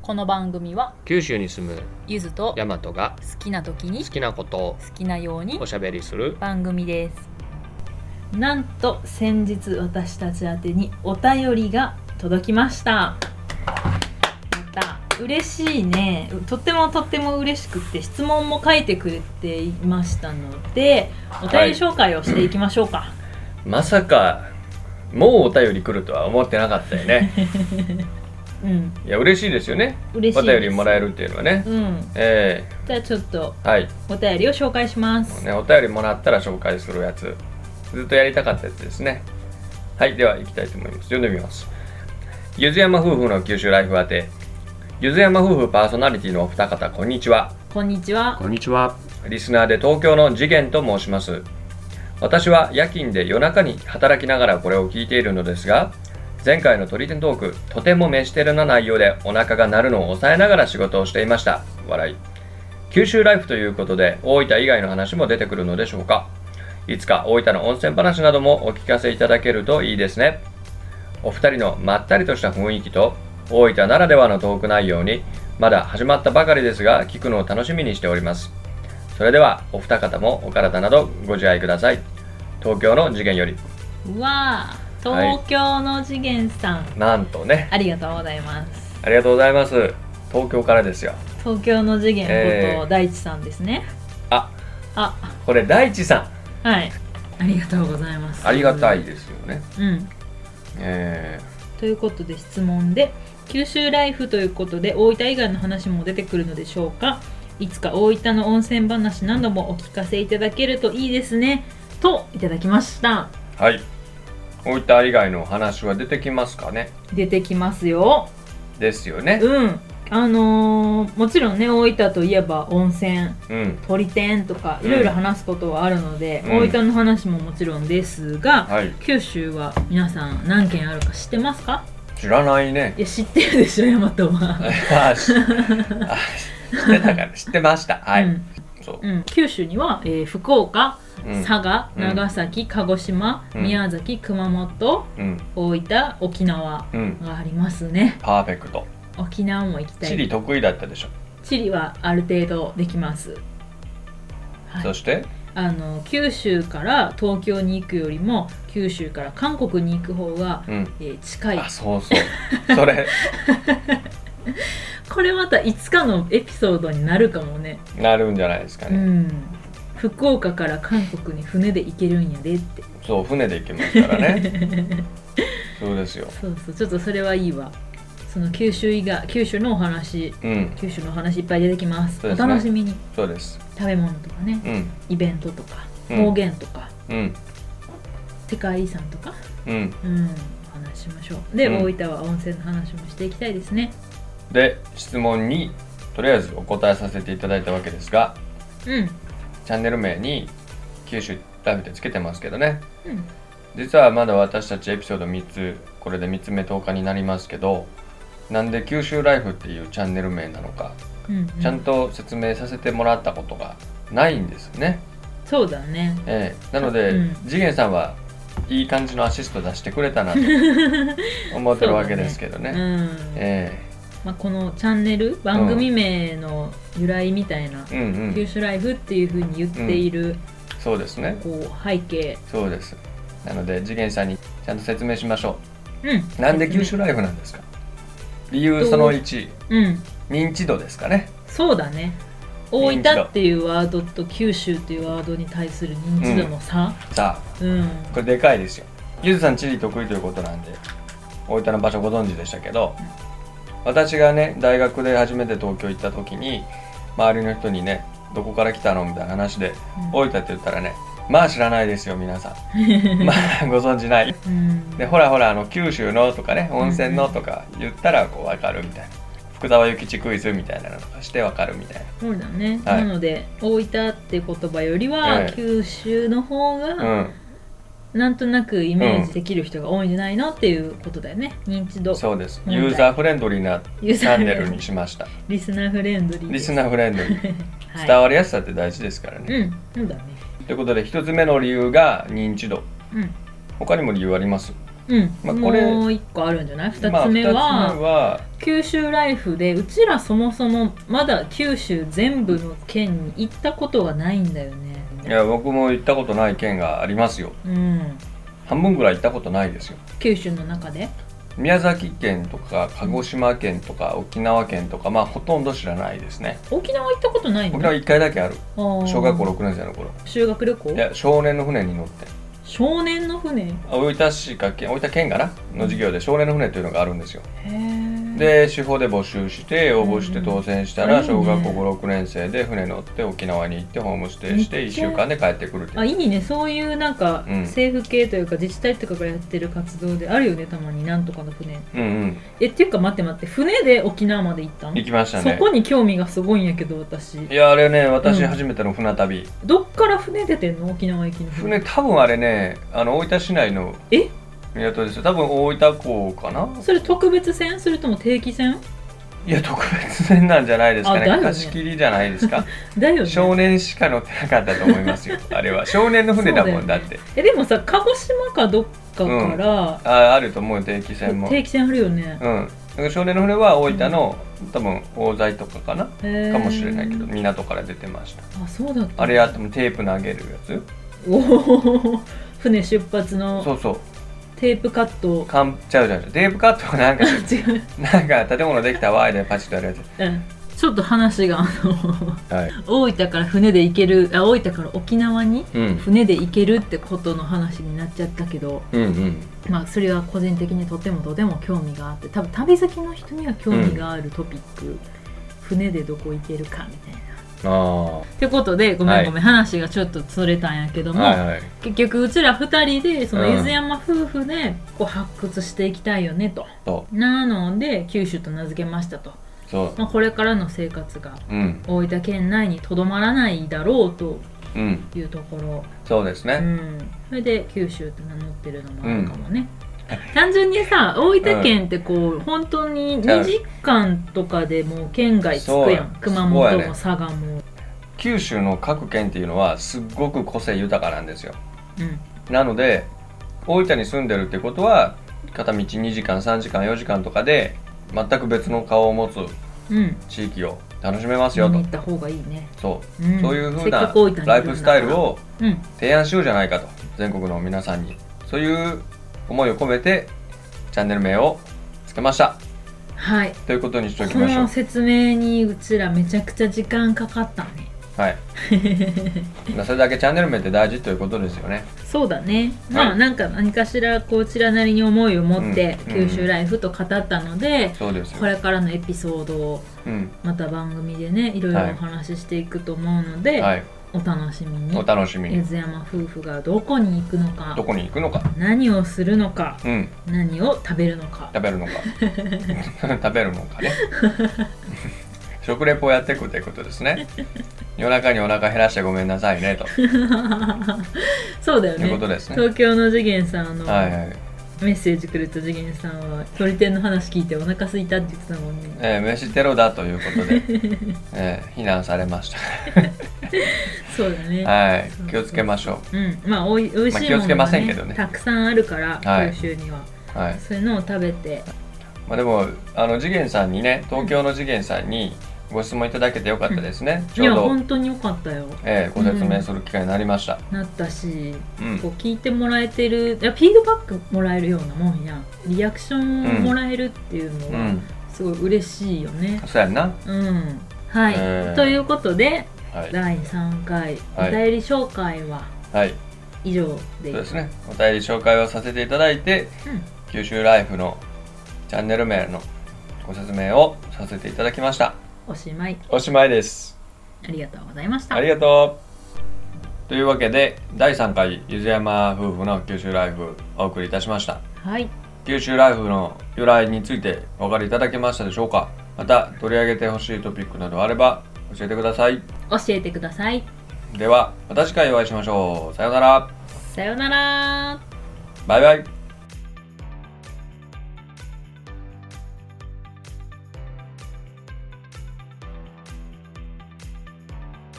この番組は九州に住むゆずと大和が好きな時に好きなことを好きなようにおしゃべりする番組です。なんと先日私たち宛てにお便りが届きました。やった嬉しいね。とっても嬉しくって質問も書いてくれていましたのでお便り紹介をしていきましょうか。 まさかもうお便り来るとは思ってなかったよねうん、 いや嬉しいですよね。 嬉しいです。 お便りもらえるっていうのはね、 じゃあちょっとはいお便りを紹介します、 ね、お便りもらったら紹介するやつずっとやりたかったやつですね。はい、では行きたいと思います。読んでみます。ゆずやま夫婦の九州ライフ宛て。ゆずやま夫婦パーソナリティのお二方、こんにちは。 こんにちは。 こんにちは。リスナーで東京の次元と申します。私は夜勤で夜中に働きながらこれを聞いているのですが、前回の鳥天トーク、とても飯テロな内容でお腹が鳴るのを抑えながら仕事をしていました。笑い。九州ライフということで大分以外の話も出てくるのでしょうか。いつか大分の温泉話などもお聞かせいただけるといいですね。お二人のまったりとした雰囲気と大分ならではのトーク内容にまだ始まったばかりですが聞くのを楽しみにしております。それではお二方もお体などご自愛ください。東京の次元より。 うわー、東京の次元さん、 なんとね、 ありがとうございます。 ありがとうございます。東京からですよ。 東京の次元こと大地さんですね。 これ大地さん、はい、ありがとうございます。 ありがたいですよね。 ということで質問で、九州ライフということで大分以外の話も出てくるのでしょうか。いつか大分の温泉話などもお聞かせいただけるといいですねといただきました。 はい、大分以外の話は出てきますかね。 出てきますよ。 ですよね。 もちろんね、大分といえば温泉、鳥天とかいろいろ話すことはあるので、大分の話ももちろんですが、九州は皆さん何県あるか知ってますか？ 知らないね。 いや、知ってるでしょ、大和は。 知ってたから知ってました。はい。 九州には、福岡、佐賀、長崎、鹿児島、宮崎、熊本、大分、沖縄がありますね。 パーフェクト。 沖縄も行きたい。 地理得意だったでしょ。 地理はある程度できます。 そして九州から東京に行くよりも九州から韓国に行く方が、近い。 あ、そうそれこれまたいつかのエピソードになるかもね。 なるんじゃないですかね。 福岡から韓国に船で行けるんやでって。 そう、船で行けますからねそうですよ。 そうちょっとそれはいいわ。その九州のお話、九州のお話いっぱい出てきます。お楽しみに。 そうです。 食べ物とかね、イベントとか方言とか、世界遺産とか、お話しましょう。で、大分は温泉の話もしていきたいですね。 で、質問にとりあえずお答えさせていただいたわけですが、チャンネル名に九州ライフってつけてますけどね、実はまだ私たちエピソード3つ、これで3つ目10日になりますけど、なんで九州ライフっていうチャンネル名なのか、ちゃんと説明させてもらったことがないんですね。 そうだね。 なので、次元さんはいい感じのアシスト出してくれたなと思ってるわけですけどね。 このチャンネル番組名の由来みたいな、九州ライフっていう風に言っている、 そうですね、 こう背景。 そうです。なので次元さんにちゃんと説明しましょう。なんで九州ライフなんですか？理由その1、認知度ですかね。 そうだね。大分っていうワードと九州っていうワードに対する認知度の差、これでかいですよ。ゆずさん地理得意ということなんで大分の場所ご存知でしたけど、私がね大学で初めて東京行った時に周りの人にね、どこから来たのみたいな話で、大分って言ったらね、まあ知らないですよ皆さんまあご存知ない、でほら九州のとかね、温泉のとか言ったらこう分かるみたいな、福沢諭吉クイズみたいなのとかして分かるみたいな。そうだね、なので大分って言葉よりは、九州の方が、なんとなくイメージできる人が多いんじゃないのっていうことだよね。認知度。そうです。ユーザーフレンドリーなチャンネルにしましたリスナーフレンドリー。リスナーフレンドリー伝わりやすさって大事ですからね。そうだね。ということで一つ目の理由が認知度。他にも理由あります？ これもう1個あるんじゃない？2つ目は九州ライフで、うちらそもそもまだ九州全部の県に行ったことがないんだよね。 いや僕も行ったことない県がありますよ。半分ぐらい行ったことないですよ、 九州の中で。 宮崎県とか鹿児島県とか沖縄県とか、ほとんど知らないですね。 沖縄行ったことないの？ 沖縄1回だけある。小学校6年生の頃。 修学旅行？ いや、少年の船に乗って。 少年の船？ 大分市か大分県かなの授業で少年の船というのがあるんですよ。 へー。 で地方で募集して応募して当選したら、小学校5、6年生で船乗って沖縄に行ってホームステイして1週間で帰ってくるっていう。 いいね。そういうなんか、政府系というか自治体とかがやってる活動であるよね、たまに。なんとかの船。っていうか待って、船で沖縄まで行ったん？ 行きましたね。 そこに興味がすごいんやけど、私。 いや、あれね、私初めての船旅。 どっから船出てんの？沖縄行きの船。多分あれね、大分市内の港ですよ。多分大分港かな。 それ特別船？それとも定期船？ いや、特別船なんじゃないですかね。貸し切りじゃないですか。 だよね。 少年しか乗ってなかったと思いますよ。あれは少年の船だもんだって。 でもさ、鹿児島かどっかから、 あると思うよ、定期船も。 定期船あるよね。 だから少年の船は大分の、多分大材とかかな、かもしれないけど、港から出てました。 あ、そうだった。 あれやってもテープ投げるやつ。 おお、船出発の。 そうそう。 テープカット。 テープカットはなんかなんか建物できたワイでパチッとやるやつ。 ちょっと話が大分から船で行ける、大分から沖縄に船で行けるってことの話になっちゃったけど、それは個人的にとても興味があって、多分旅好きの人には興味があるトピック、船でどこ行けるかみたいな。ってことでごめん、話がちょっとそれたんやけども、結局うちら2人でその伊豆山夫婦でこう発掘していきたいよねと、なので九州と名付けましたと。これからの生活が大分県内にとどまらないだろうというところ、 そうですね、 それで九州と名乗ってるのもあるかもね。単純にさ、大分県ってこう本当に2時間とかでもう県外つくやん。熊本も佐賀も。 九州の各県っていうのはすっごく個性豊かなんですよ。なので大分に住んでるってことは片道2時間3時間4時間とかで全く別の顔を持つ地域を楽しめますよと。 行った方がいいね。 そういう風なライフスタイルを提案しようじゃないかと、全国の皆さんにそういう思いを込めてチャンネル名をつけました。 はい。 ということにしておきましょう。 この説明にうちらめちゃくちゃ時間かかったね。 はい。それだけチャンネル名って大事ということですよね。 そうだね。なんか何かしらこちらなりに思いを持って九州ライフと語ったので、これからのエピソードをまた番組でねいろいろお話ししていくと思うので、お楽しみに。 お楽しみに。 伊豆山夫婦がどこに行くのか、何をするのか、何を食べるのか。 食べるのかね。食レポをやっていくということですね。夜中にお腹減らしてごめんなさいねと。 そうだよね。 ということですね。 東京の次元さんメッセージくれた次元さんは鳥天の話聞いてお腹空いたって言ってたもんね。 飯テロだということで、非難されました。 そうだね。 はい、気をつけましょう。 おいしいものがねたくさんあるから九州には、そういうのを食べて。 でも次元さんにね、東京の次元さんにご質問いただけてよかったですね。 いや本当によかったよ。 ご説明する機会になりました。 なったし、こう聞いてもらえてる、フィードバックもらえるようなもんや、リアクションをもらえるっていうのはすごい嬉しいよね。 そうやんな。 はい。ということで第3回お便り紹介は以上で。 そうですね。お便り紹介をさせていただいて、九州ライフのチャンネル名のご説明をさせていただきました。 おしまい。 おしまいです。 ありがとうございました。 ありがとう。というわけで第3回ゆず山夫婦の九州ライフお送りいたしました。 はい。 九州ライフの由来についてお分かりいただけましたでしょうか。また取り上げてほしいトピックなどあれば教えてください。 教えてください。 ではまた次回お会いしましょう。さようなら。 さようなら。 バイバイ。